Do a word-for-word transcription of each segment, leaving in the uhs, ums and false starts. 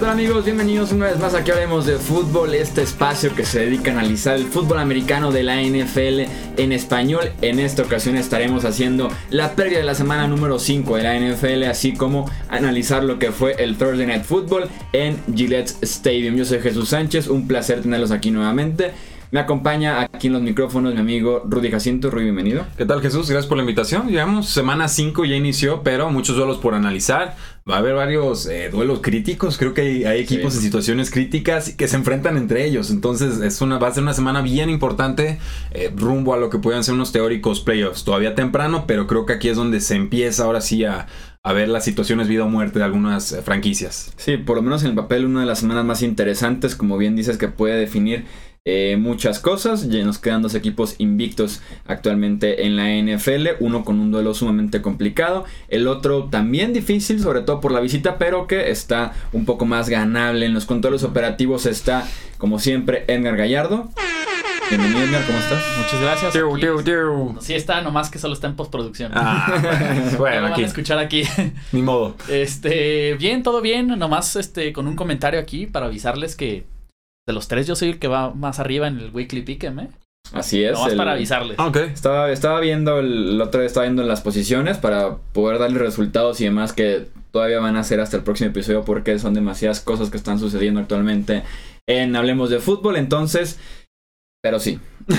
tal, amigos? Bienvenidos una vez más aquí Hablemos de Fútbol, este espacio que se dedica a analizar el fútbol americano de la N F L en español. En esta ocasión estaremos haciendo la previa de la semana número cinco de la N F L, así como analizar lo que fue el Thursday Night Football en Gillette Stadium. Yo soy Jesús Sánchez, un placer tenerlos aquí nuevamente. Me acompaña aquí en los micrófonos mi amigo Rudy Jacinto. Rudy, bienvenido. ¿Qué tal, Jesús? Gracias por la invitación. Digamos, semana cinco ya inició, pero muchos duelos por analizar. Va a haber varios eh, duelos críticos. Creo que hay, hay equipos sí. en situaciones críticas que se enfrentan entre ellos. Entonces es una, va a ser una semana bien importante eh, rumbo a lo que puedan ser unos teóricos playoffs. Todavía temprano, pero creo que aquí es donde se empieza ahora sí a... a ver las situaciones vida o muerte de algunas eh, franquicias. Sí, por lo menos en el papel una de las semanas más interesantes, como bien dices, que puede definir eh, muchas cosas. Ya nos quedan dos equipos invictos actualmente en la N F L, uno con un duelo sumamente complicado, el otro también difícil, sobre todo por la visita, pero que está un poco más ganable. En los controles operativos está, como siempre, Edgar Gallardo. Bienvenido, Edgar, ¿cómo estás? Muchas gracias. Tiu, tiu, tiu. Sí está, nomás que solo está en postproducción. Ah, bueno, no aquí. van a escuchar aquí. Ni modo. Este, bien, todo bien, nomás este con un comentario aquí para avisarles que de los tres yo soy el que va más arriba en el Weekly Pick'em, ¿eh? Así es. Nomás el... para avisarles. Ok. Estaba, estaba viendo, el, el otro día estaba viendo las posiciones para poder darle resultados y demás que todavía van a ser hasta el próximo episodio porque son demasiadas cosas que están sucediendo actualmente en Hablemos de Fútbol, entonces... Pero sí.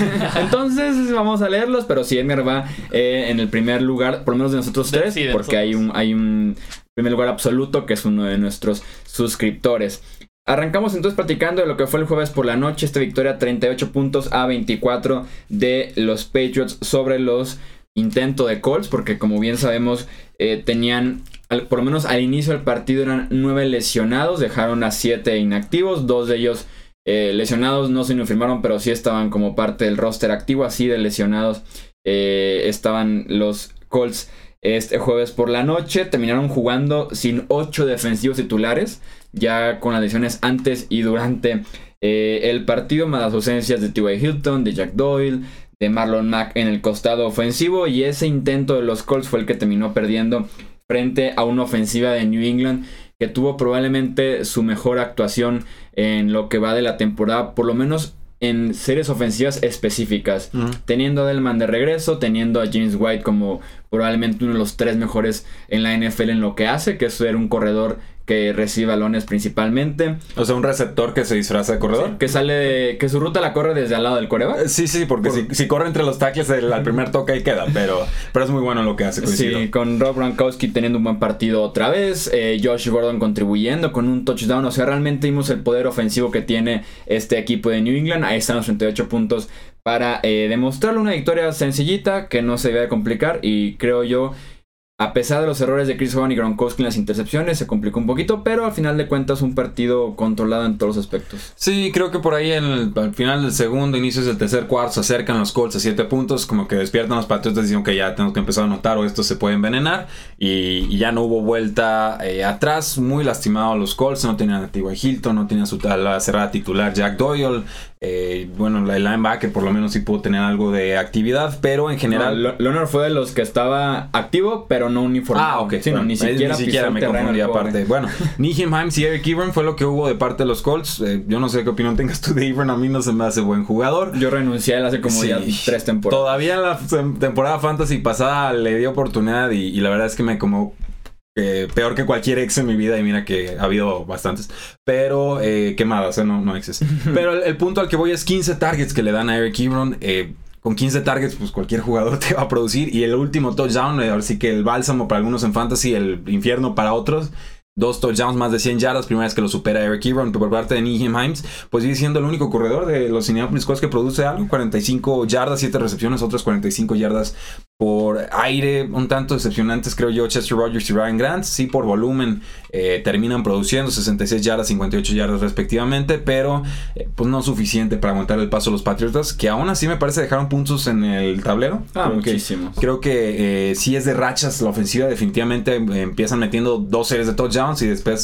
Entonces vamos a leerlos. Pero sí, Edgar va eh, en el primer lugar, por lo menos de nosotros tres. Sí, de porque nosotros. hay un hay un primer lugar absoluto que es uno de nuestros suscriptores. Arrancamos entonces platicando de lo que fue el jueves por la noche. Esta victoria treinta y ocho puntos a veinticuatro de los Patriots sobre los intentos de Colts. Porque como bien sabemos eh, tenían... Por lo menos al inicio del partido eran nueve lesionados. Dejaron a siete inactivos. Dos de ellos... Eh, lesionados no se confirmaron, pero sí estaban como parte del roster activo. Así de lesionados eh, estaban los Colts este jueves por la noche. Terminaron jugando sin ocho defensivos titulares, ya con las lesiones antes y durante eh, el partido, más las ausencias de T Y Hilton, de Jack Doyle, de Marlon Mack en el costado ofensivo. Y ese intento de los Colts fue el que terminó perdiendo frente a una ofensiva de New England que tuvo probablemente su mejor actuación en lo que va de la temporada, por lo menos en series ofensivas específicas. Uh-huh. Teniendo a Delman de regreso, teniendo a James White como probablemente uno de los tres mejores en la N F L en lo que hace, que es ser un corredor que recibe balones principalmente. O sea, un receptor que se disfraza de corredor. Sí, que sale de, que su ruta la corre desde al lado del quarterback. Sí, sí, porque Por... si, si corre entre los tackles el, al primer toque ahí queda, pero, pero es muy bueno lo que hace. Coincido. Sí, con Rob Gronkowski teniendo un buen partido otra vez, eh, Josh Gordon contribuyendo con un touchdown. O sea, realmente vimos el poder ofensivo que tiene este equipo de New England. Ahí están los treinta y ocho puntos para eh, demostrarle una victoria sencillita que no se debe complicar. Y creo yo, a pesar de los errores de Chris Hogan y Gronkowski en las intercepciones, se complicó un poquito, pero al final de cuentas un partido controlado en todos los aspectos. Sí, creo que por ahí en el, al final del segundo, inicios del tercer cuarto, se acercan los Colts a siete puntos, como que despiertan los Patriots y dicen que ya tenemos que empezar a anotar o esto se puede envenenar, y, y ya no hubo vuelta eh, atrás. Muy lastimado los Colts, no tenían a T Y Hilton, no tenían su la cerrada titular Jack Doyle. Eh, bueno, el linebacker por lo menos sí pudo tener algo de actividad, pero en general... No, Leonard fue de los que estaba activo, pero no uniformado. Ah, ok. Sí, bueno, no, ni siquiera, ni siquiera me confundí aparte. Bueno, Nyheim Hines y Eric Ebron fue lo que hubo de parte de los Colts. Eh, yo no sé qué opinión tengas tú de Ebron, a mí no se me hace buen jugador. Yo renuncié a él hace como sí, ya tres temporadas. Todavía la temporada fantasy pasada le di oportunidad y, y la verdad es que me como... Eh, peor que cualquier ex en mi vida, y mira que ha habido bastantes, pero eh, quemadas, ¿eh? no, no exes. Pero el, el punto al que voy es quince targets que le dan a Eric Ebron. eh, Con quince targets, pues cualquier jugador te va a producir. Y el último touchdown, eh, ahora sí que el bálsamo para algunos en fantasy, el infierno para otros. Dos touchdowns, más de cien yardas, primera vez que lo supera Eric Ebron por parte de Nyheim Hines. Pues sigue siendo el único corredor de los Indianapolis Colts que produce algo, cuarenta y cinco yardas, siete recepciones, otras cuarenta y cinco yardas por aire, un tanto decepcionantes creo yo Chester Rogers y Ryan Grant. Sí, por volumen eh, terminan produciendo sesenta y seis yardas, cincuenta y ocho yardas respectivamente, pero eh, pues no suficiente para aguantar el paso a los Patriotas, que aún así me parece dejaron puntos en el tablero. Ah, muchísimos. Creo que eh, sí es de rachas la ofensiva, definitivamente eh, empiezan metiendo dos series de touchdowns y después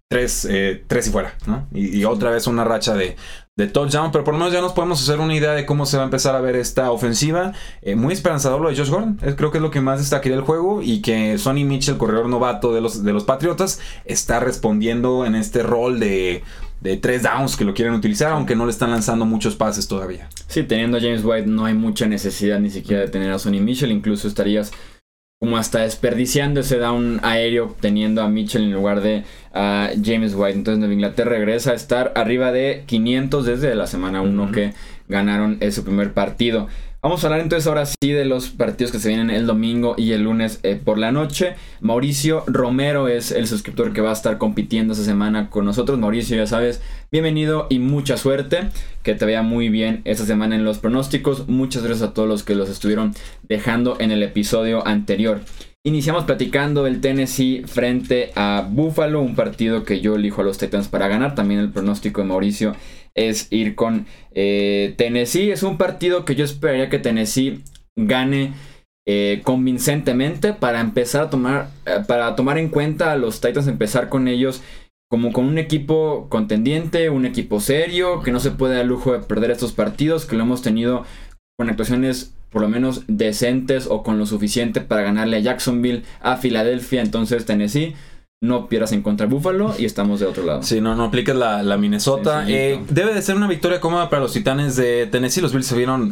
tres, eh, tres y fuera, ¿no? Y, y otra vez una racha de, de touchdown, pero por lo menos ya nos podemos hacer una idea de cómo se va a empezar a ver esta ofensiva. Eh, muy esperanzador lo de Josh Gordon, es, creo que es lo que más destacaría del juego, y que Sonny Mitchell, corredor novato de los, de los Patriotas, está respondiendo en este rol de, de tres downs que lo quieren utilizar, aunque no le están lanzando muchos pases todavía. Sí, teniendo a James White no hay mucha necesidad ni siquiera de tener a Sonny Mitchell, incluso estarías como hasta desperdiciando ese down aéreo teniendo a Mitchell en lugar de a James White. Entonces Nueva Inglaterra regresa a estar arriba de quinientos desde la semana uno uh-huh. que ganaron ese primer partido. Vamos a hablar entonces ahora sí de los partidos que se vienen el domingo y el lunes eh, por la noche. Mauricio Romero es el suscriptor que va a estar compitiendo esta semana con nosotros. Mauricio, ya sabes, bienvenido y mucha suerte. Que te vaya muy bien esta semana en los pronósticos. Muchas gracias a todos los que los estuvieron dejando en el episodio anterior. Iniciamos platicando el Tennessee frente a Buffalo, un partido que yo elijo a los Titans para ganar. También el pronóstico de Mauricio es ir con eh, Tennessee. Es un partido que yo esperaría que Tennessee gane eh, convincentemente para empezar a tomar, eh, para tomar en cuenta a los Titans, empezar con ellos como con un equipo contendiente, un equipo serio, que no se puede dar el lujo de perder estos partidos, que lo hemos tenido con actuaciones por lo menos decentes o con lo suficiente para ganarle a Jacksonville, a Filadelfia. Entonces Tennessee, no pierdas en contra de Buffalo y estamos de otro lado. Sí, no, no apliques la, la Minnesota. Eh, debe de ser una victoria cómoda para los Titanes de Tennessee. Los Bills se vieron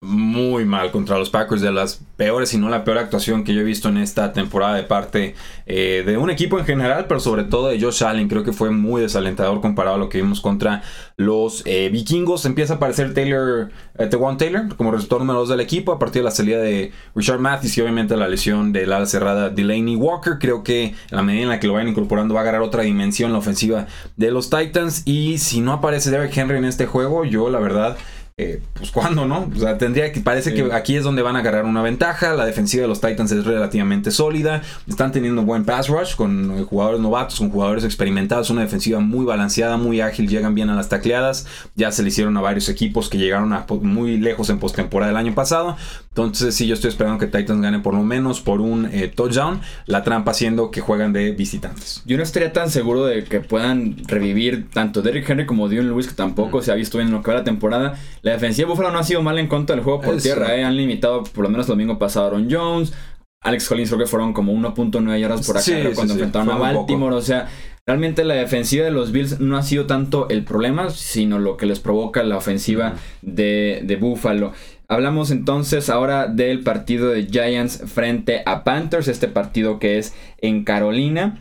muy mal contra los Packers, de las peores, si no la peor actuación que yo he visto en esta temporada de parte eh, de un equipo en general, pero sobre todo de Josh Allen. Creo que fue muy desalentador comparado a lo que vimos contra los eh, vikingos. Empieza a aparecer Taylor, eh, Tewan Taylor como receptor número dos del equipo a partir de la salida de Richard Matthews y obviamente la lesión del ala cerrada Delaney Walker. Creo que en la medida en la que lo vayan incorporando va a agarrar otra dimensión la ofensiva de los Titans, y si no aparece Derrick Henry en este juego, yo la verdad Eh, pues cuándo, ¿no? O sea, tendría que, parece sí. que aquí es donde van a agarrar una ventaja. La defensiva de los Titans es relativamente sólida, están teniendo un buen pass rush con eh, jugadores novatos, con jugadores experimentados, una defensiva muy balanceada, muy ágil, llegan bien a las tacleadas. Ya se le hicieron a varios equipos que llegaron a muy lejos en postemporada del año pasado. Entonces sí, yo estoy esperando que Titans gane por lo menos por un eh, touchdown, la trampa siendo que juegan de visitantes. Yo no estaría tan seguro de que puedan revivir tanto Derrick Henry como Dion Lewis, que tampoco mm. se ha visto bien en lo que va la temporada. La defensiva de Buffalo no ha sido mal en contra del juego por Eso. tierra, eh. Han limitado por lo menos el domingo pasado a Aaron Jones. Alex Collins creo que fueron como uno punto nueve yardas por acá sí, cuando sí, enfrentaron sí. a Baltimore. O sea, realmente la defensiva de los Bills no ha sido tanto el problema, sino lo que les provoca la ofensiva uh-huh. de, de Buffalo. Hablamos entonces ahora del partido de Giants frente a Panthers, este partido que es en Carolina.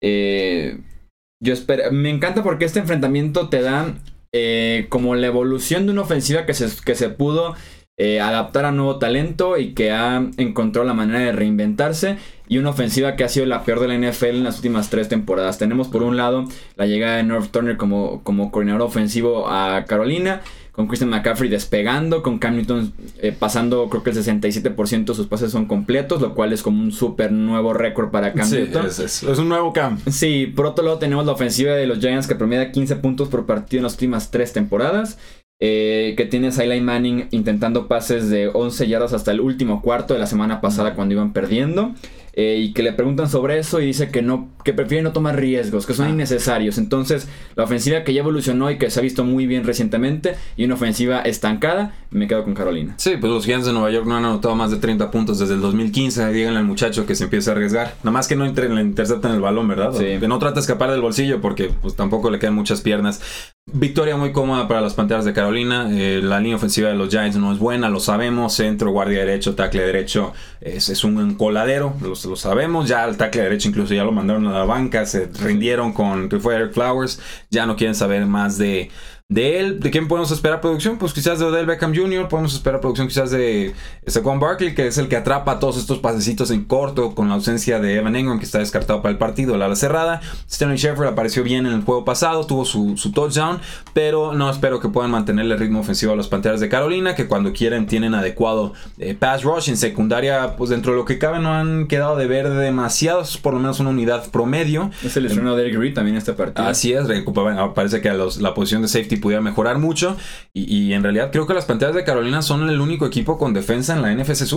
Eh, yo espero, me encanta porque este enfrentamiento te da eh, como la evolución de una ofensiva que se, que se pudo eh, adaptar a nuevo talento y que ha encontrado la manera de reinventarse, y una ofensiva que ha sido la peor de la N F L en las últimas tres temporadas. Tenemos por un lado la llegada de Norv Turner como, como coordinador ofensivo a Carolina, con Christian McCaffrey despegando, con Cam Newton eh, pasando, creo que el sesenta y siete por ciento de sus pases son completos, lo cual es como un súper nuevo récord para Cam sí, Newton. Es, es, es un nuevo Cam. Sí, por otro lado tenemos la ofensiva de los Giants que promedia quince puntos por partido en las últimas tres temporadas. Eh, que tiene a Eli Manning intentando pases de once yardas hasta el último cuarto de la semana pasada cuando iban perdiendo. Eh, y que le preguntan sobre eso y dice que no, que prefiere no tomar riesgos, que son ah. innecesarios. Entonces la ofensiva que ya evolucionó y que se ha visto muy bien recientemente, y una ofensiva estancada, me quedo con Carolina. Sí, pues los Giants de Nueva York no han anotado más de treinta puntos desde el dos mil quince. Díganle al muchacho que se empiece a arriesgar, nada más que no entre, le intercepten el balón, ¿verdad? Sí. Que no trate de escapar del bolsillo, porque pues tampoco le quedan muchas piernas. Victoria muy cómoda para las Panteras de Carolina. Eh, la línea ofensiva de los Giants no es buena, lo sabemos. Centro, guardia derecho, tackle derecho, es, es un coladero, lo, lo sabemos. Ya el tackle derecho incluso ya lo mandaron a la banca, se rindieron con que fue Eric Flowers. Ya no quieren saber más de de él. ¿De quién podemos esperar producción? Pues quizás de Odell Beckham junior Podemos esperar producción quizás de Saquon Barkley, que es el que atrapa todos estos pasecitos en corto, con la ausencia de Evan Engram, que está descartado para el partido, la ala cerrada. Sterling Shepard apareció bien en el juego pasado, tuvo su, su touchdown, pero no espero que puedan mantenerle el ritmo ofensivo a los Panteras de Carolina, que cuando quieren tienen adecuado eh, pass rush. En secundaria, pues dentro de lo que cabe no han quedado de ver demasiados, por lo menos una unidad promedio. Es el estreno de Eric Reed también este partido. Así es, bueno, parece que a los, la posición de safety pudiera mejorar mucho, y, y en realidad creo que las Panteras de Carolina son el único equipo con defensa en la N F C Sur.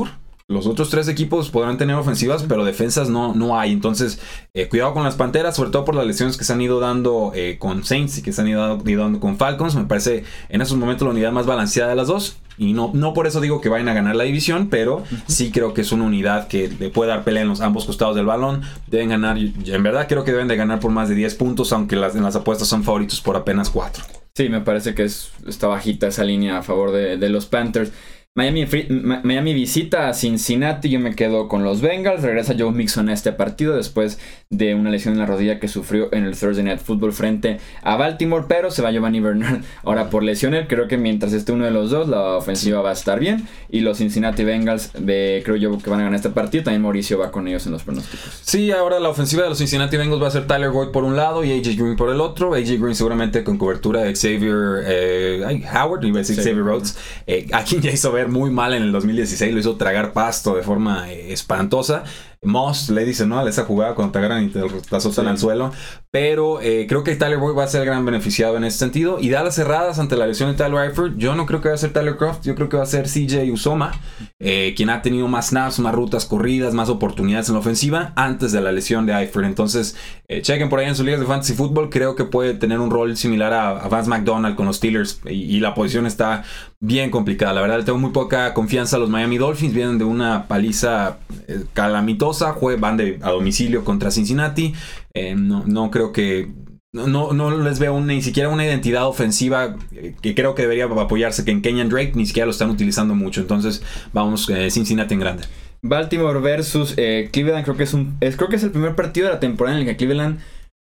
los otros tres equipos podrán tener ofensivas, pero defensas no, no hay. Entonces, eh, cuidado con las Panteras, sobre todo por las lesiones que se han ido dando eh, con Saints y que se han ido, ido dando con Falcons. Me parece en esos momentos la unidad más balanceada de las dos. Y no, no por eso digo que vayan a ganar la división, pero uh-huh. sí creo que es una unidad que le puede dar pelea en los ambos costados del balón. Deben ganar, en verdad creo que deben de ganar por más de diez puntos, aunque las, en las apuestas son favoritos por apenas cuatro. Sí, me parece que es, está bajita esa línea a favor de, de los Panthers. Miami, Miami visita a Cincinnati. Yo me quedo con los Bengals. Regresa Joe Mixon a este partido después de una lesión en la rodilla que sufrió en el Thursday Night Football frente a Baltimore, pero se va Giovanni Bernard ahora por lesiones. Creo que mientras esté uno de los dos, la ofensiva va a estar bien. Y los Cincinnati Bengals, de, creo yo que van a ganar este partido. También Mauricio va con ellos en los pronósticos. Sí, ahora la ofensiva de los Cincinnati Bengals va a ser Tyler Boyd por un lado y A J Green por el otro. A J Green seguramente con cobertura de Xavier eh, Howard, iba a decir sí. Xavier Rhodes, eh, a quien ya hizo ver muy mal en el dos mil dieciséis, lo hizo tragar pasto de forma eh, espantosa. Moss le dice no a esa jugada cuando te agarran y te, te azotan sí. al suelo, pero eh, creo que Tyler Boyd va a ser el gran beneficiado en ese sentido. Y da las cerradas ante la lesión de Tyler Eifert. Yo no creo que va a ser Tyler Kroft, yo creo que va a ser C J Uzomah, eh, quien ha tenido más snaps, más rutas corridas, más oportunidades en la ofensiva antes de la lesión de Eifert. Entonces eh, chequen por ahí en sus ligas de fantasy fútbol. Creo que puede tener un rol similar a, a Vance McDonald con los Steelers, y, y la posición está bien complicada. La verdad le tengo muy poca confianza a los Miami Dolphins. Vienen de una paliza eh, calamitosa. Van de, a domicilio contra Cincinnati. Eh, no, no creo que... No, no les veo una, ni siquiera una identidad ofensiva eh, que creo que debería apoyarse, que en Kenyan Drake ni siquiera lo están utilizando mucho. Entonces vamos eh, Cincinnati en grande. Baltimore versus eh, Cleveland. Creo que es, un, es, creo que es el primer partido de la temporada en el que Cleveland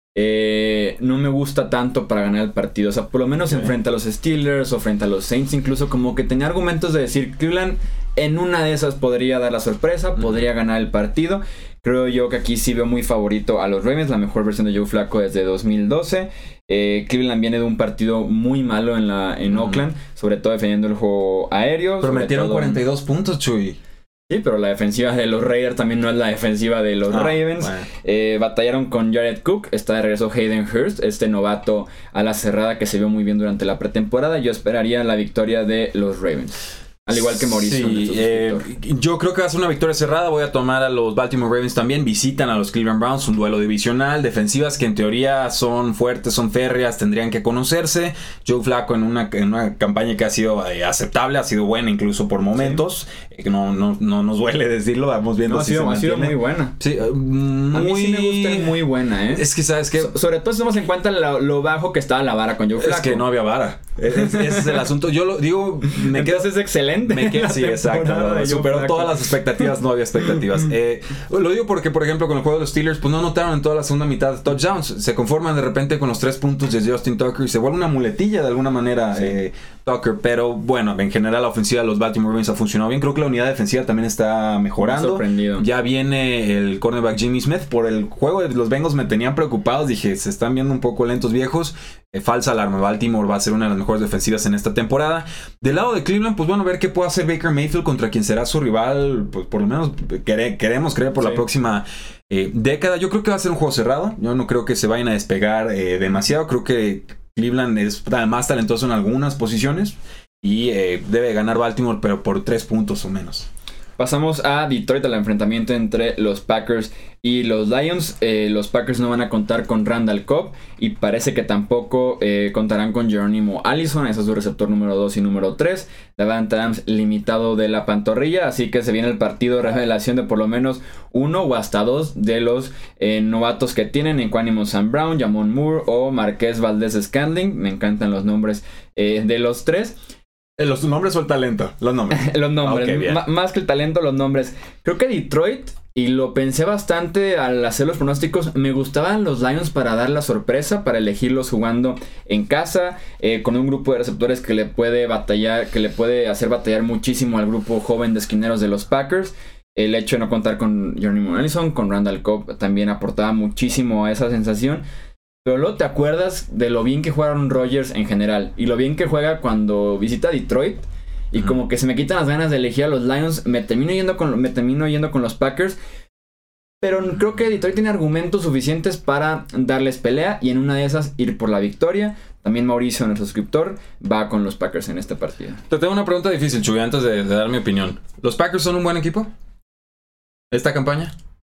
eh, no me gusta tanto para ganar el partido. O sea, por lo menos okay. enfrente a los Steelers o frente a los Saints, incluso como que tenía argumentos de decir Cleveland en una de esas podría dar la sorpresa, uh-huh. podría ganar el partido. Creo yo que aquí sí veo muy favorito a los Ravens, la mejor versión de Joe Flacco desde dos mil doce. Eh, Cleveland viene de un partido muy malo en, la, en uh-huh. Oakland, sobre todo defendiendo el juego aéreo. Pero metieron todo... cuarenta y dos puntos, Chuy. Sí, pero la defensiva de los Raiders también no es la defensiva de los ah, Ravens. Bueno. Eh, batallaron con Jared Cook. Está de regreso Hayden Hurst, este novato a la cerrada que se vio muy bien durante la pretemporada. Yo esperaría la victoria de los Ravens. Al igual que Mauricio. Sí, eh, yo creo que va a ser una victoria cerrada. Voy a tomar a los Baltimore Ravens también. Visitan a los Cleveland Browns, un duelo divisional. Defensivas que en teoría son fuertes, son férreas, tendrían que conocerse. Joe Flacco en una, en una campaña que ha sido eh, aceptable, ha sido buena incluso por momentos. Sí. Eh, no, no, no nos duele decirlo, vamos viendo no, si ha sido, se ha sido muy buena. Sí, uh, muy... A mí sí me gusta muy buena, ¿eh? Es que, ¿sabes qué? So, sobre todo si tomamos en cuenta lo, lo bajo que estaba la vara con Joe Flacco. Es que no había vara. Ese es, es el asunto. Yo lo digo... Me Entonces quedo, es excelente. Me quedo, sí, exacto. No, superó todas las expectativas, no había expectativas. eh, lo digo porque, por ejemplo, con el juego de los Steelers, pues no notaron en toda la segunda mitad touchdowns. Se conforman de repente con los tres puntos de Justin Tucker y se vuelve una muletilla de alguna manera sí. eh, Tucker. Pero bueno, en general la ofensiva de los Baltimore Ravens ha funcionado bien. Creo que la unidad defensiva también está mejorando. Sorprendido. Ya viene el cornerback Jimmy Smith. Por el juego de los Bengals me tenían preocupados. Dije, se están viendo un poco lentos viejos. Eh, falsa alarma. Baltimore va a ser una de las mejores defensivas en esta temporada. Del lado de Cleveland, pues bueno, ver qué puede hacer Baker Mayfield contra quien será su rival, pues por lo menos quere, queremos creer por sí. la próxima eh, década. Yo creo que va a ser un juego cerrado. Yo no creo que se vayan a despegar eh, demasiado. Creo que Cleveland es más talentoso en algunas posiciones y eh, debe ganar Baltimore, pero por tres puntos o menos. Pasamos a Detroit, al enfrentamiento entre los Packers y los Lions. Eh, los Packers no van a contar con Randall Cobb y parece que tampoco eh, contarán con Geronimo Allison. Ese es su receptor número dos y número tres. Davante Adams limitado de la pantorrilla, así que se viene el partido de revelación de por lo menos uno o hasta dos de los eh, novatos que tienen en Quanimo Sam Brown, Jamon Moore o Marquez Valdez-Scantling. Me encantan los nombres eh, de los tres. ¿Los nombres o el talento? Los nombres. Los nombres. Okay, M- más que el talento, los nombres. Creo que Detroit, y lo pensé bastante al hacer los pronósticos, me gustaban los Lions para dar la sorpresa, para elegirlos jugando en casa, eh, con un grupo de receptores que le puede batallar, que le puede hacer batallar muchísimo al grupo joven de esquineros de los Packers. El hecho de no contar con Geronimo Allison, con Randall Cobb, también aportaba muchísimo a esa sensación. Pero luego te acuerdas de lo bien que jugaron Rodgers en general y lo bien que juega cuando visita Detroit. Y uh-huh. como que se me quitan las ganas de elegir a los Lions. Me termino yendo con, me termino yendo con los Packers. Pero creo que Detroit tiene argumentos suficientes para darles pelea y en una de esas ir por la victoria. También Mauricio, nuestro suscriptor, va con los Packers en este partido. Te tengo una pregunta difícil, Chuy, antes de, de dar mi opinión. ¿Los Packers son un buen equipo? ¿Esta campaña?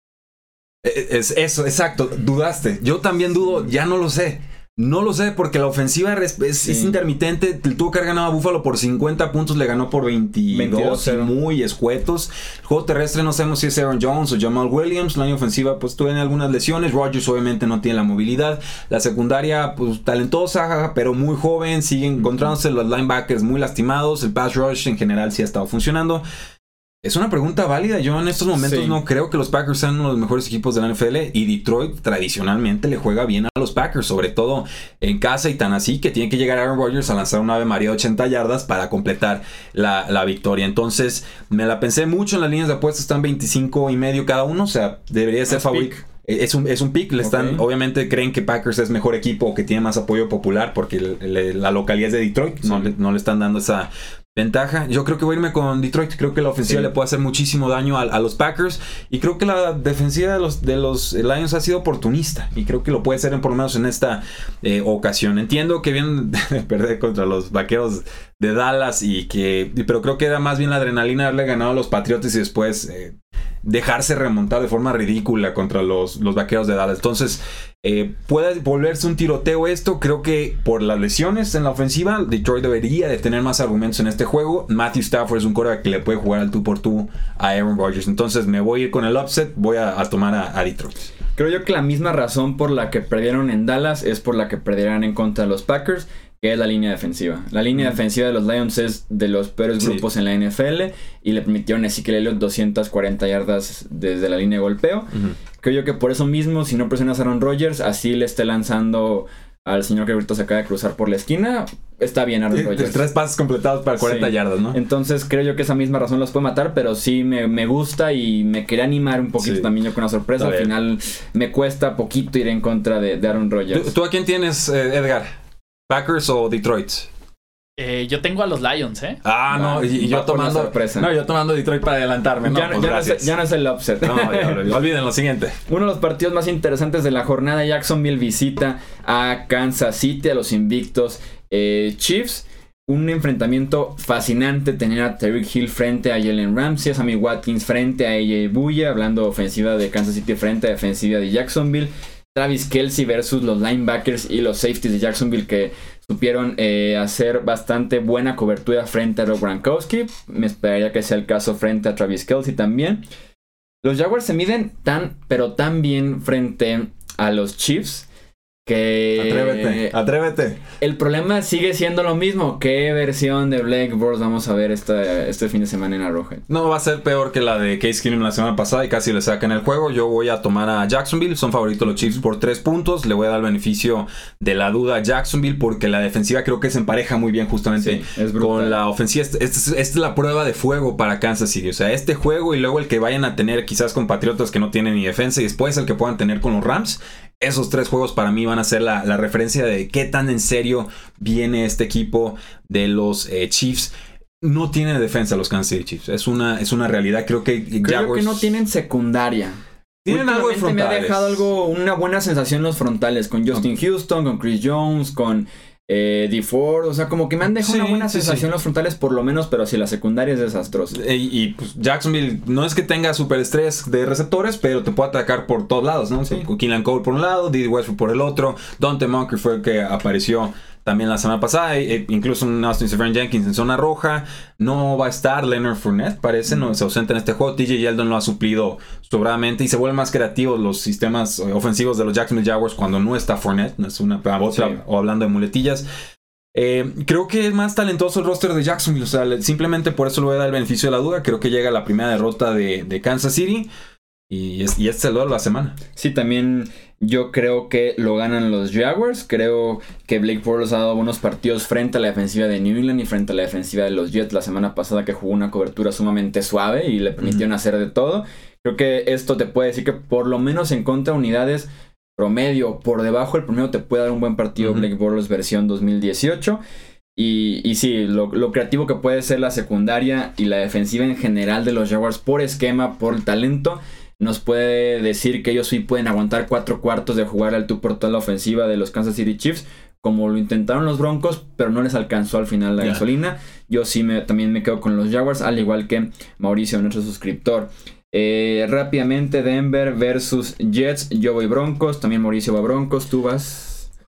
Es eso, exacto, dudaste. Yo también dudo, ya no lo sé. No lo sé, porque la ofensiva es, es, sí. es intermitente. Tuvo que haber ganado a Buffalo por cincuenta puntos, le ganó por veintidós, y muy escuetos. El juego terrestre no sabemos si es Aaron Jones o Jamal Williams. La línea ofensiva pues tiene algunas lesiones. Rodgers obviamente no tiene la movilidad. La secundaria pues talentosa, pero muy joven. Siguen encontrándose los linebackers muy lastimados. El pass rush en general sí ha estado funcionando. Es una pregunta válida. Yo en estos momentos sí. no creo que los Packers sean uno de los mejores equipos de la N F L. Y Detroit tradicionalmente le juega bien a los Packers, sobre todo en casa, y tan así que tiene que llegar Aaron Rodgers a lanzar una Ave María de ochenta yardas para completar la, la victoria. Entonces me la pensé mucho. En las líneas de apuestas están veinticinco y medio cada uno. O sea, debería ser favorito. Es un, es un pick, le están, okay. obviamente creen que Packers es mejor equipo o que tiene más apoyo popular porque le, le, la localidad es de Detroit, sí. no, le, no le están dando esa ventaja. Yo creo que voy a irme con Detroit, creo que la ofensiva sí. le puede hacer muchísimo daño a, a los Packers y creo que la defensiva de los, de los Lions ha sido oportunista y creo que lo puede hacer en, por lo menos en esta eh, ocasión. Entiendo que vienen de perder contra los Vaqueros de Dallas y que, pero creo que era más bien la adrenalina de haberle ganado a los Patriotas y después eh, dejarse remontar de forma ridícula contra los, los Vaqueros de Dallas. Entonces eh, puede volverse un tiroteo esto. Creo que por las lesiones en la ofensiva Detroit debería de tener más argumentos en este juego. Matthew Stafford es un quarterback que le puede jugar al tú por tú a Aaron Rodgers. Entonces me voy a ir con el upset. Voy a, a tomar a, a Detroit. Creo yo que la misma razón por la que perdieron en Dallas es por la que perderán en contra de los Packers, que es la línea defensiva. La línea mm. defensiva de los Lions es de los peores sí. grupos en la N F L y le permitieron a Ezekiel Elliott doscientas cuarenta yardas desde la línea de golpeo. Mm-hmm. Creo yo que por eso mismo, si no presionas a Aaron Rodgers, así le esté lanzando al señor que ahorita se acaba de cruzar por la esquina, está bien Aaron Rodgers. Tres pases completados para cuarenta sí. yardas, ¿no? Entonces creo yo que esa misma razón los puede matar, pero sí me, me gusta y me quería animar un poquito sí. también yo con una sorpresa. Al final me cuesta poquito ir en contra de, de Aaron Rodgers. ¿Tú, ¿Tú a quién tienes, eh, Edgar? ¿Packers o Detroit? Eh, yo tengo a los Lions, ¿eh? Ah, no, y, y yo tomando sorpresa. No, yo tomando Detroit para adelantarme. No, ya, pues ya, no es, ya no es el upset. No, ya, olviden lo siguiente. Uno de los partidos más interesantes de la jornada, Jacksonville visita a Kansas City, a los invictos eh, Chiefs. Un enfrentamiento fascinante, tener a Tyreek Hill frente a Jalen Ramsey, a Sammy Watkins frente a A J Bouye, hablando ofensiva de Kansas City frente a defensiva de Jacksonville. Travis Kelce versus los linebackers y los safeties de Jacksonville que supieron eh, hacer bastante buena cobertura frente a Rob Gronkowski. Me esperaría que sea el caso frente a Travis Kelce también. Los Jaguars se miden tan, pero tan bien frente a los Chiefs que... Atrévete, atrévete. El problema sigue siendo lo mismo. ¿Qué versión de Blake Bortles vamos a ver esta, este fin de semana en Arrowhead? No va a ser peor que la de Case Keenum la semana pasada y casi le sacan el juego. Yo voy a tomar a Jacksonville. Son favoritos los Chiefs por tres puntos. Le voy a dar el beneficio de la duda a Jacksonville porque la defensiva creo que se empareja muy bien justamente sí, es con la ofensiva. Esta es, es la prueba de fuego para Kansas City. O sea, este juego y luego el que vayan a tener quizás con Patriotas que no tienen ni defensa y después el que puedan tener con los Rams. Esos tres juegos para mí van a ser la, la referencia de qué tan en serio viene este equipo de los eh, Chiefs. No tiene defensa los Kansas City Chiefs. Es una, es una realidad. Creo que Creo Jaguars... que no tienen secundaria. Tienen algo de frontales. Me ha dejado algo, una buena sensación los frontales. Con Justin okay. Houston, con Chris Jones, con... Eh, D Ford, o sea, como que me han dejado sí, una buena sí, sensación sí. los frontales por lo menos, pero si la secundaria es desastrosa. Y, y pues Jacksonville no es que tenga super estrés de receptores, pero te puede atacar por todos lados, ¿no? Sí. Keelan Cole por un lado, Dede Westbrook por el otro, Dante Moncrief fue el que apareció también la semana pasada, e incluso un Austin Seferian-Jenkins en zona roja. No va a estar Leonard Fournette, parece, no se ausenta en este juego. T J Yeldon lo ha suplido sobradamente y se vuelven más creativos los sistemas ofensivos de los Jacksonville Jaguars cuando no está Fournette. No es una otra, sí. o hablando de muletillas. Eh, creo que es más talentoso el roster de Jacksonville, o sea, simplemente por eso le voy a dar el beneficio de la duda. Creo que llega la primera derrota de, de Kansas City. Y, es, y este es el duelo de la semana. Sí, también yo creo que lo ganan los Jaguars. Creo que Blake Bortles ha dado buenos partidos frente a la defensiva de New England y frente a la defensiva de los Jets la semana pasada, que jugó una cobertura sumamente suave y le permitieron uh-huh. hacer de todo. Creo que esto te puede decir que por lo menos en contra de unidades promedio por debajo del promedio te puede dar un buen partido uh-huh. Blake Bortles versión dos mil dieciocho. Y, y sí, lo, lo creativo que puede ser la secundaria y la defensiva en general de los Jaguars por esquema, por talento, nos puede decir que ellos sí pueden aguantar cuatro cuartos de jugar al tú por toda la ofensiva de los Kansas City Chiefs, como lo intentaron los Broncos, pero no les alcanzó al final la yeah. gasolina. Yo sí me, también me quedo con los Jaguars, al igual que Mauricio, nuestro suscriptor. Eh, rápidamente, Denver versus Jets. Yo voy Broncos, también Mauricio va Broncos, tú vas...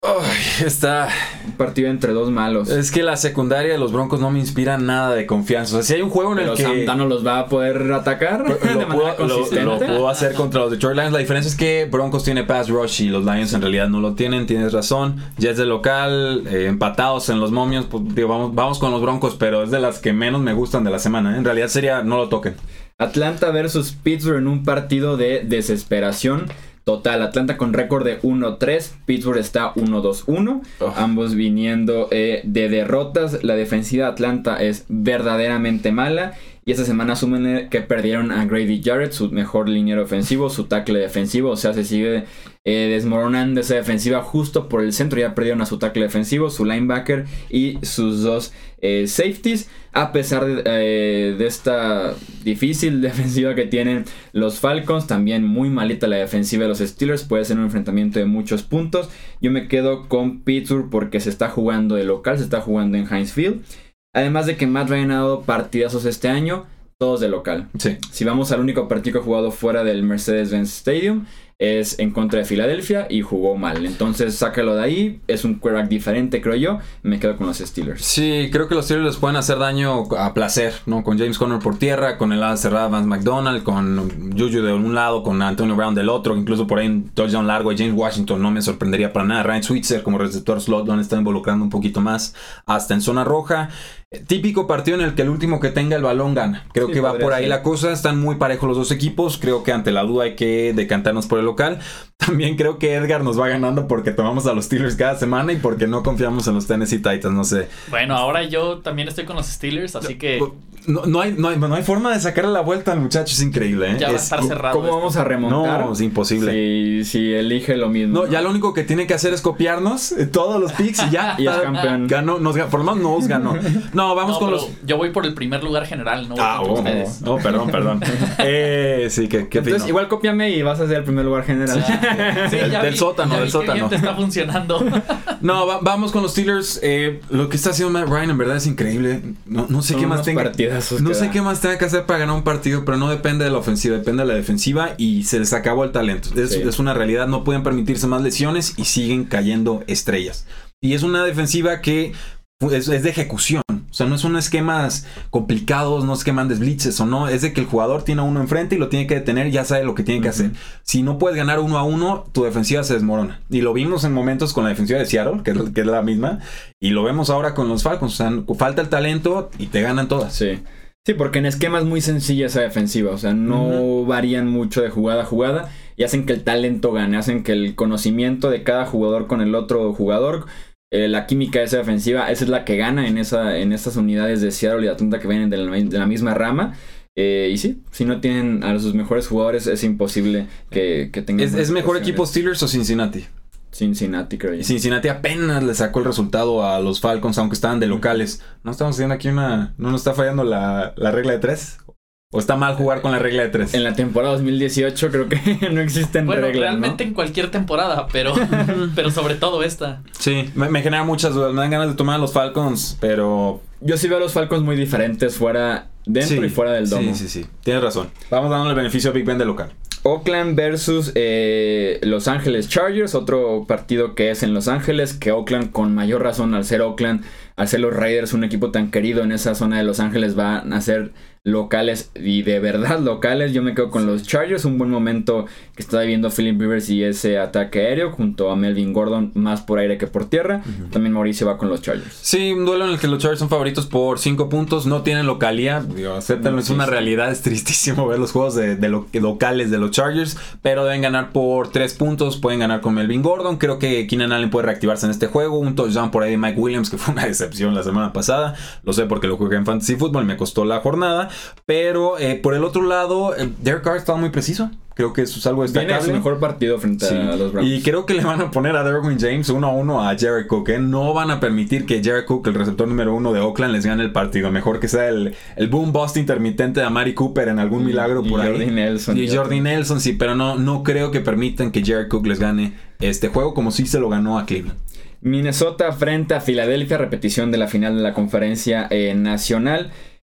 Ay, está... Un partido entre dos malos. Es que la secundaria de los Broncos no me inspira nada de confianza. O sea, si hay un juego en Pero el que... Santana los va a poder atacar Lo de manera pudo, lo, consistente. lo pudo hacer contra los Detroit Lions. La diferencia es que Broncos tiene pass rush y los Lions en realidad no lo tienen. Tienes razón. Jets de local, eh, empatados en los momios. Pues, digo, vamos, vamos con los Broncos, pero es de las que menos me gustan de la semana. ¿eh? En realidad sería no lo toquen. Atlanta versus Pittsburgh en un partido de desesperación total. Atlanta con récord de uno tres, Pittsburgh está uno dos uno, oh. ambos viniendo eh, de derrotas. La defensiva de Atlanta es verdaderamente mala y esta semana asumen que perdieron a Grady Jarrett, su mejor liniero ofensivo, su tackle defensivo. O sea, se sigue eh, desmoronando esa defensiva justo por el centro. Ya perdieron a su tackle defensivo, su linebacker y sus dos eh, safeties. A pesar de, eh, de esta difícil defensiva que tienen los Falcons, también muy malita la defensiva de los Steelers. Puede ser un enfrentamiento de muchos puntos. Yo me quedo con Pittsburgh porque se está jugando de local, se está jugando en Heinz Field. Además de que Matt Ryan ha dado partidazos este año, todos de local. Sí. Si vamos al único partido que ha jugado fuera del Mercedes-Benz Stadium, es en contra de Filadelfia y jugó mal. Entonces sácalo de ahí. Es un quarterback diferente, creo yo. Me quedo con los Steelers. Sí, creo que los Steelers les pueden hacer daño a placer, ¿no? Con James Conner por tierra, con el ala cerrada Vance McDonald, con Juju de un lado, con Antonio Brown del otro, incluso por ahí un touchdown largo. Y James Washington no me sorprendería para nada. Ryan Switzer como receptor slot lo han estado involucrando un poquito más hasta en zona roja. Típico partido en el que el último que tenga el balón gana. Creo sí, que va por ahí ser. La cosa. Están muy parejos los dos equipos. Creo que ante la duda hay que decantarnos por el local. También creo que Edgar nos va ganando porque tomamos a los Steelers cada semana y porque no confiamos en los Tennessee Titans, no sé. Bueno, ahora yo también estoy con los Steelers, así que... No, no, hay, no, hay, no hay forma de sacarle la vuelta al muchacho, es increíble, ¿eh? Ya va es, a estar cerrado. ¿Cómo esto? Vamos a remontar? No, es imposible. Si, si elige lo mismo. No, ya lo único que tiene que hacer es copiarnos todos los picks y ya. Y es campeón. Ganó, nos, por lo menos nos ganó. No, vamos no, con los... Yo voy por el primer lugar general, no voy ah, contra oh, ustedes. No, oh, perdón, perdón. eh, sí, que qué Entonces, fino. igual cópiame y vas a ser el primer lugar general. Sí, del, ya del vi, sótano, ya del vi sótano. Qué bien te está funcionando. No, va, vamos con los Steelers. Eh, lo que está haciendo Matt Ryan en verdad es increíble. No, no sé Son qué más tenga. No sé da. qué más tenga que hacer para ganar un partido, pero no depende de la ofensiva, depende de la defensiva y se les acabó el talento. Es, sí. es una realidad, no pueden permitirse más lesiones y siguen cayendo estrellas. Y es una defensiva que es, es de ejecución. O sea, no son esquemas complicados, no es que mandes blitzes o no. Es de que el jugador tiene a uno enfrente y lo tiene que detener y ya sabe lo que tiene que uh-huh. hacer. Si no puedes ganar uno a uno, tu defensiva se desmorona. Y lo vimos en momentos con la defensiva de Seattle, que es, que es la misma. Y lo vemos ahora con los Falcons. O sea, falta el talento y te ganan todas. Sí. Sí, porque en esquemas muy sencilla esa defensiva. O sea, no uh-huh. varían mucho de jugada a jugada. Y hacen que el talento gane. Hacen que el conocimiento de cada jugador con el otro jugador... Eh, la química de esa defensiva, esa es la que gana en esa en estas unidades de Seattle y de Atlanta que vienen de la, de la misma rama. Eh, y sí, si no tienen a sus mejores jugadores, es imposible que, que tengan. ¿Es, ¿Es mejor equipo Steelers o Cincinnati? Cincinnati, creo yo. Cincinnati apenas le sacó el resultado a los Falcons, aunque estaban de locales. ¿No estamos haciendo aquí una... ¿No nos está fallando la, la regla de tres? ¿O está mal jugar con la regla de tres? En la temporada dos mil dieciocho creo que no existen bueno, reglas, realmente ¿no? en cualquier temporada, pero, pero sobre todo esta. Sí, me, me genera muchas dudas. Me dan ganas de tomar a los Falcons, pero... Yo sí veo a los Falcons muy diferentes fuera, dentro sí, y fuera del domo. Sí, sí, sí. Tienes razón. Vamos dando el beneficio a Big Ben de local. Oakland versus eh, Los Ángeles Chargers, otro partido que es en Los Ángeles, que Oakland con mayor razón al ser Oakland, al ser los Raiders, un equipo tan querido en esa zona de Los Ángeles, van a ser locales y de verdad locales. Yo me quedo con los Chargers, un buen momento que está viviendo Philip Rivers y ese ataque aéreo junto a Melvin Gordon, más por aire que por tierra. Uh-huh. También Mauricio va con los Chargers. Sí, un duelo en el que los Chargers son favoritos por cinco puntos, no tienen localía, digo, acéptenlo, es una realidad, es tristísimo ver los juegos de, de lo, locales de los Chargers, pero deben ganar por tres puntos, pueden ganar con Melvin Gordon. Creo que Keenan Allen puede reactivarse en este juego, un touchdown por ahí de Mike Williams que fue una decepción la semana pasada, lo sé porque lo jugué en Fantasy Football y me costó la jornada. Pero eh, por el otro lado, eh, Derek Carr estaba muy preciso. Creo que eso es algo destacable. Tiene su mejor partido frente sí. a los Browns. Y creo que le van a poner a Derwin James uno a uno a Jared Cook. ¿eh? No van a permitir que Jared Cook, el receptor número uno de Oakland, les gane el partido. Mejor que sea el, el boom bust intermitente de Amari Cooper en algún milagro y por Jordi ahí. Nelson, y Jordi Nelson, sí. Pero no, no creo que permitan que Jared Cook les gane este juego como si se lo ganó a Cleveland. Minnesota frente a Filadelfia, repetición de la final de la conferencia eh, nacional.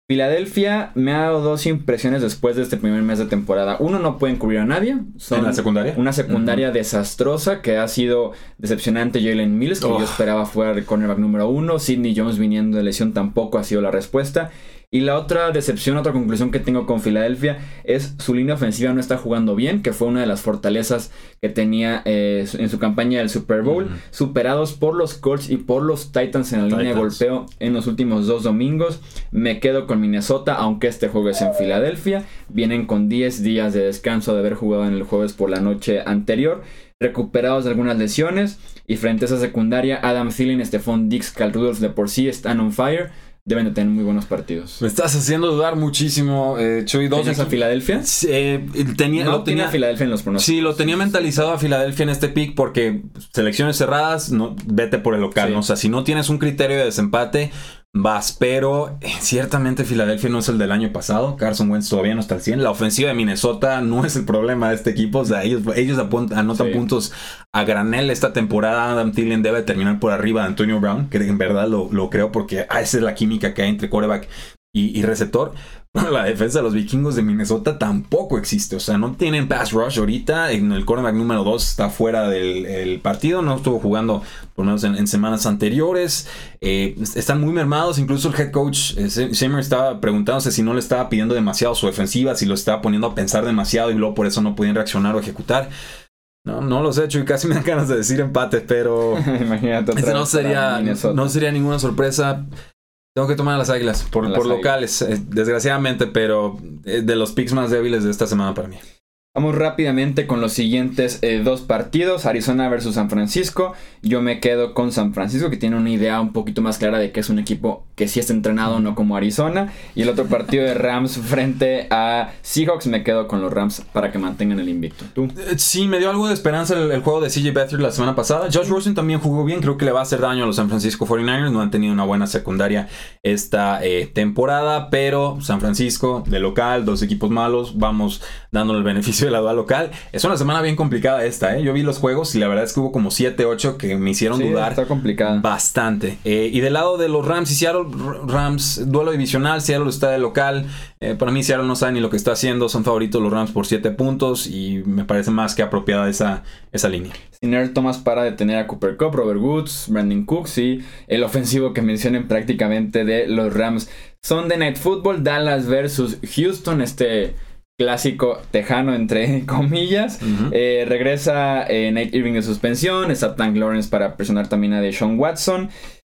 Filadelfia me ha dado dos impresiones después de este primer mes de temporada. Uno, no pueden cubrir a nadie. Son ¿En la secundaria? Una secundaria uh-huh. desastrosa que ha sido decepcionante. Jalen Mills, que oh. yo esperaba fuera el cornerback número uno. Sidney Jones viniendo de lesión tampoco ha sido la respuesta. Y la otra decepción, otra conclusión que tengo con Filadelfia es su línea ofensiva no está jugando bien, que fue una de las fortalezas que tenía eh, en su campaña del Super Bowl, uh-huh. superados por los Colts y por los Titans en la Titans. línea de golpeo en los últimos dos domingos. Me quedo con Minnesota, aunque este juego es en Filadelfia. Vienen con diez días de descanso de haber jugado en el jueves por la noche anterior, recuperados de algunas lesiones, y frente a esa secundaria, Adam Thielen, Stephon Diggs, Cal Rudolph de por sí están on fire. Deben de tener muy buenos partidos. Me estás haciendo dudar muchísimo, eh, Chuy. Dos ¿Tienes a Filadelfia? Eh, tenía, no lo tenía a Filadelfia en los pronósticos. Sí, lo tenía mentalizado a Filadelfia en este pick porque selecciones cerradas, no, vete por el local. Sí. ¿no? O sea, si no tienes un criterio de desempate, vas. Pero eh, ciertamente Filadelfia no es el del año pasado. Carson Wentz todavía no está al cien. La ofensiva de Minnesota no es el problema de este equipo. O sea, ellos, ellos apuntan, anotan sí. puntos a granel esta temporada. Adam Thielen debe terminar por arriba de Antonio Brown, que en verdad lo, lo creo porque ah, esa es la química que hay entre quarterback y, y receptor. La defensa de los vikingos de Minnesota tampoco existe. O sea, no tienen pass rush ahorita. En el cornerback número dos está fuera del el partido. No estuvo jugando por lo menos en, en semanas anteriores. Eh, están muy mermados. Incluso el head coach eh, Zimmer estaba preguntándose si no le estaba pidiendo demasiado su defensiva, si lo estaba poniendo a pensar demasiado y luego por eso no podían reaccionar o ejecutar. No, no los he hecho y casi me dan ganas de decir empate, pero imagínate otra este no sería no sería ninguna sorpresa. Tengo que tomar a las Águilas por, las por águilas. locales, eh, desgraciadamente, pero eh, de los picks más débiles de esta semana para mí. Vamos rápidamente con los siguientes eh, dos partidos. Arizona versus San Francisco. Yo me quedo con San Francisco, que tiene una idea un poquito más clara de que es un equipo que sí está entrenado, no como Arizona. Y el otro partido de Rams frente a Seahawks. Me quedo con los Rams para que mantengan el invicto. ¿Tú? Sí, me dio algo de esperanza el, el juego de C J Beathard la semana pasada. Josh Rosen también jugó bien. Creo que le va a hacer daño a los San Francisco cuarenta y nueve ers. No han tenido una buena secundaria esta eh, temporada. Pero San Francisco, de local, dos equipos malos. Vamos dándole el beneficio de la duda local. Es una semana bien complicada esta, ¿eh? Yo vi los juegos y la verdad es que hubo como siete, ocho que me hicieron sí, dudar está complicada. bastante. Eh, y del lado de los Rams y Seattle, Rams, duelo divisional, Seattle está de local. Eh, para mí Seattle no sabe ni lo que está haciendo. Son favoritos los Rams por siete puntos y me parece más que apropiada esa, esa línea. Sin Earl Thomas para detener a Cooper Kupp, Robert Woods, Brandon Cooks y el ofensivo que mencionen prácticamente de los Rams. Sunday Night Football, Dallas versus Houston, este clásico tejano entre comillas. Uh-huh. eh, regresa eh, Nate Irving de suspensión. Está Tank Lawrence para presionar también a Deshaun Watson.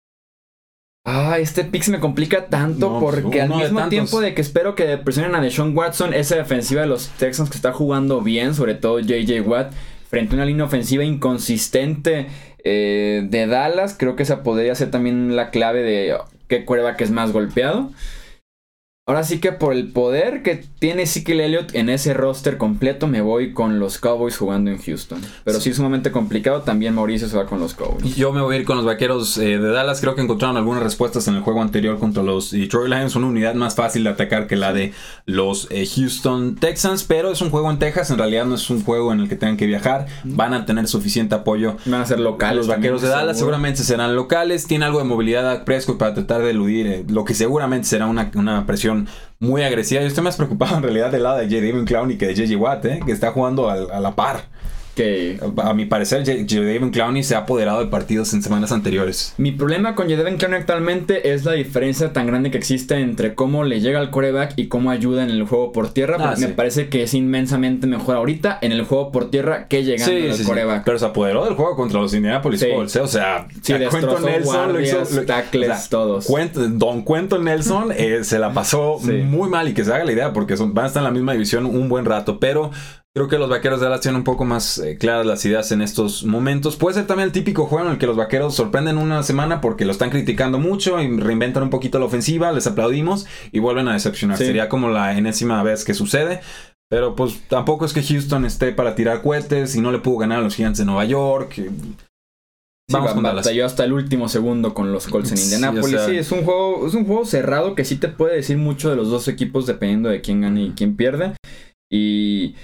Ah, este pick se me complica tanto no, porque al mismo de tiempo de que espero que presionen a Deshaun Watson, esa defensiva de los Texans que está jugando bien, sobre todo J J Watt, frente a una línea ofensiva inconsistente eh, de Dallas, creo que esa podría ser también la clave de qué quarterback es más golpeado. Ahora sí que por el poder que tiene Ezekiel Elliott en ese roster completo, me voy con los Cowboys jugando en Houston. Pero sí, sí es sumamente complicado, también Mauricio se va con los Cowboys. Yo me voy a ir con los Vaqueros eh, de Dallas. Creo que encontraron algunas respuestas en el juego anterior contra los Detroit Lions. Una unidad más fácil de atacar que la de los eh, Houston Texans. Pero es un juego en Texas, en realidad no es un juego en el que tengan que viajar. Van a tener suficiente apoyo. Van a ser locales. Los Vaqueros de Dallas seguramente serán locales. Tiene algo de movilidad a Prescott para tratar de eludir eh, lo que seguramente será una, una presión muy agresiva. Yo estoy más preocupado en realidad del lado de Jadeveon Clowney que de J J Watt, ¿eh? Que está jugando a, a la par. Que a mi parecer Jadeveon Clowney se ha apoderado de partidos en semanas anteriores. Mi problema con Jadeveon Clowney actualmente es la diferencia tan grande que existe entre cómo le llega al quarterback y cómo ayuda en el juego por tierra. Ah, sí. Me parece que es inmensamente mejor ahorita en el juego por tierra que llegando sí, al sí, quarterback. Sí. Pero se apoderó del juego contra los Indianapolis sí. Colts, ¿eh? O sea, sí, destrozó Nelson, guardias, lo hizo, tackles, o sea, todos. Cuento, Don Cuento Nelson eh, se la pasó sí. muy mal y que se haga la idea porque son, van a estar en la misma división un buen rato, pero creo que los Vaqueros de Dallas tienen un poco más eh, claras las ideas en estos momentos. Puede ser también el típico juego en el que los Vaqueros sorprenden una semana porque lo están criticando mucho y reinventan un poquito la ofensiva, les aplaudimos y vuelven a decepcionar. Sí. Sería como la enésima vez que sucede. Pero pues tampoco es que Houston esté para tirar cohetes y no le pudo ganar a los Gigantes de Nueva York. Sí, Vamos con Dallas. Batalló hasta el último segundo con los Colts en Indianapolis. Sí, o sea, sí, es un juego, es un juego cerrado que sí te puede decir mucho de los dos equipos dependiendo de quién gane y quién pierde. Y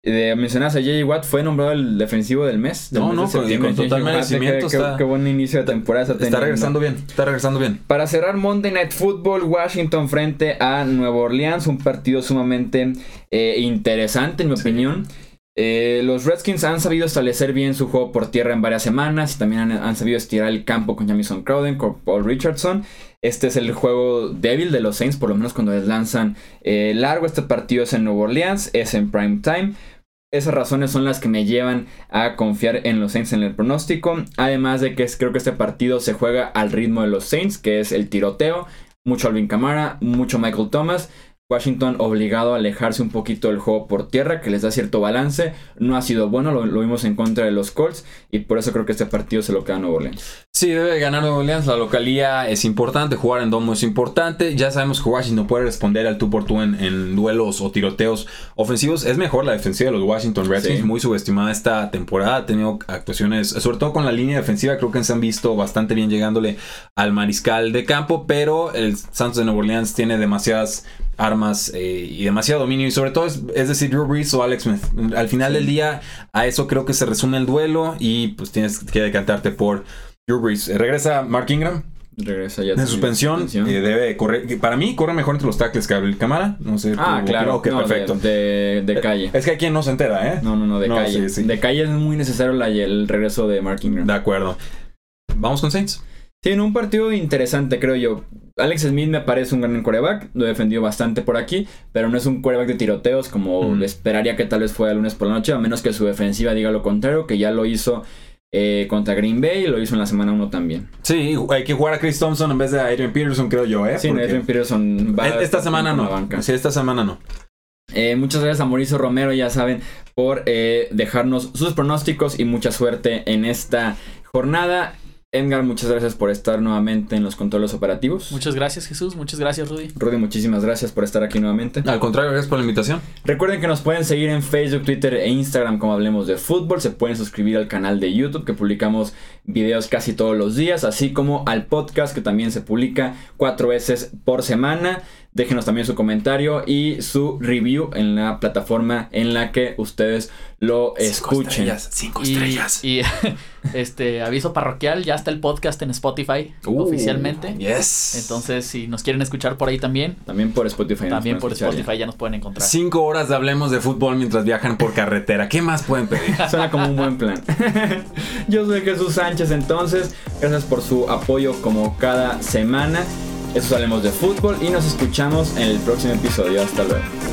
De, mencionas a J J Watt, fue nombrado el defensivo del mes. Del no, mes no, de con, y con total merecimiento. Qué, está, qué buen inicio de temporada está teniendo. Está regresando bien, está regresando bien. Para cerrar Monday Night Football, Washington frente a Nueva Orleans, un partido sumamente eh, interesante en mi sí. opinión. Eh, los Redskins han sabido establecer bien su juego por tierra en varias semanas y también han, han sabido estirar el campo con Jamison Crowden, con Paul Richardson. Este es el juego débil de los Saints, por lo menos cuando les lanzan eh, largo. Este partido es en Nueva Orleans, es en prime time. Esas razones son las que me llevan a confiar en los Saints en el pronóstico. Además de que creo que este partido se juega al ritmo de los Saints, que es el tiroteo. Mucho Alvin Kamara, mucho Michael Thomas. Washington obligado a alejarse un poquito del juego por tierra, que les da cierto balance. No ha sido bueno, lo, lo vimos en contra de los Colts, y por eso creo que este partido se lo queda a Nueva Orleans. Sí, debe ganar Nueva Orleans. La localía es importante, jugar en domo es importante. Ya sabemos que Washington puede responder al tú por tú en, en duelos o tiroteos ofensivos. Es mejor la defensiva de los Washington Redskins, sí. Muy subestimada esta temporada. Ha tenido actuaciones, sobre todo con la línea defensiva, creo que se han visto bastante bien llegándole al mariscal de campo, pero el Santos de Nueva Orleans tiene demasiadas armas eh, y demasiado dominio, y sobre todo es, es decir, Drew Brees o Alex Smith. Al final sí. del día, a eso creo que se resume el duelo, y pues tienes que decantarte por Drew Brees. Eh, regresa Mark Ingram. Regresa ya de suspensión, eh, debe correr. Para mí corre mejor entre los tackles que Alvin Kamara. No sé. Ah, tú, claro. Okay, no, perfecto. De, de, de calle. Es que aquí no se entera, ¿eh? No, no, no, de no, calle. Sí, sí. De calle es muy necesario la, el regreso de Mark Ingram. De acuerdo. Vamos con Saints. Sí, en un partido interesante, creo yo. Alex Smith me parece un gran quarterback, lo he defendido bastante por aquí, pero no es un quarterback de tiroteos como mm. esperaría que tal vez fuera el lunes por la noche, a menos que su defensiva diga lo contrario, que ya lo hizo eh, contra Green Bay y lo hizo en la semana uno también. Sí, hay que jugar a Chris Thompson en vez de Adrian Peterson, creo yo, ¿eh? Sí, Porque Adrian Peterson va esta semana no. Sí, esta semana no. Eh, muchas gracias a Mauricio Romero, ya saben, por eh, dejarnos sus pronósticos y mucha suerte en esta jornada. Edgar, muchas gracias por estar nuevamente en los controles operativos. Muchas gracias, Jesús. Muchas gracias, Rudy. Rudy, muchísimas gracias por estar aquí nuevamente. Al contrario, gracias por la invitación. Recuerden que nos pueden seguir en Facebook, Twitter e Instagram como Hablemos de Fútbol. Se pueden suscribir al canal de YouTube, que publicamos videos casi todos los días, así como al podcast, que también se publica cuatro veces por semana. Déjenos también su comentario y su review en la plataforma en la que ustedes lo cinco escuchen. Estrellas, cinco estrellas. Y, y este aviso parroquial, ya está el podcast en Spotify uh, oficialmente. Yes. Entonces, si nos quieren escuchar por ahí también. También por Spotify. También por Spotify ya. ya nos pueden encontrar. Cinco horas de Hablemos de Fútbol mientras viajan por carretera. ¿Qué más pueden pedir? Suena como un buen plan. Yo soy Jesús Sánchez, entonces. Gracias por su apoyo como cada semana. Eso es Hablemos de Fútbol y nos escuchamos en el próximo episodio. Hasta luego.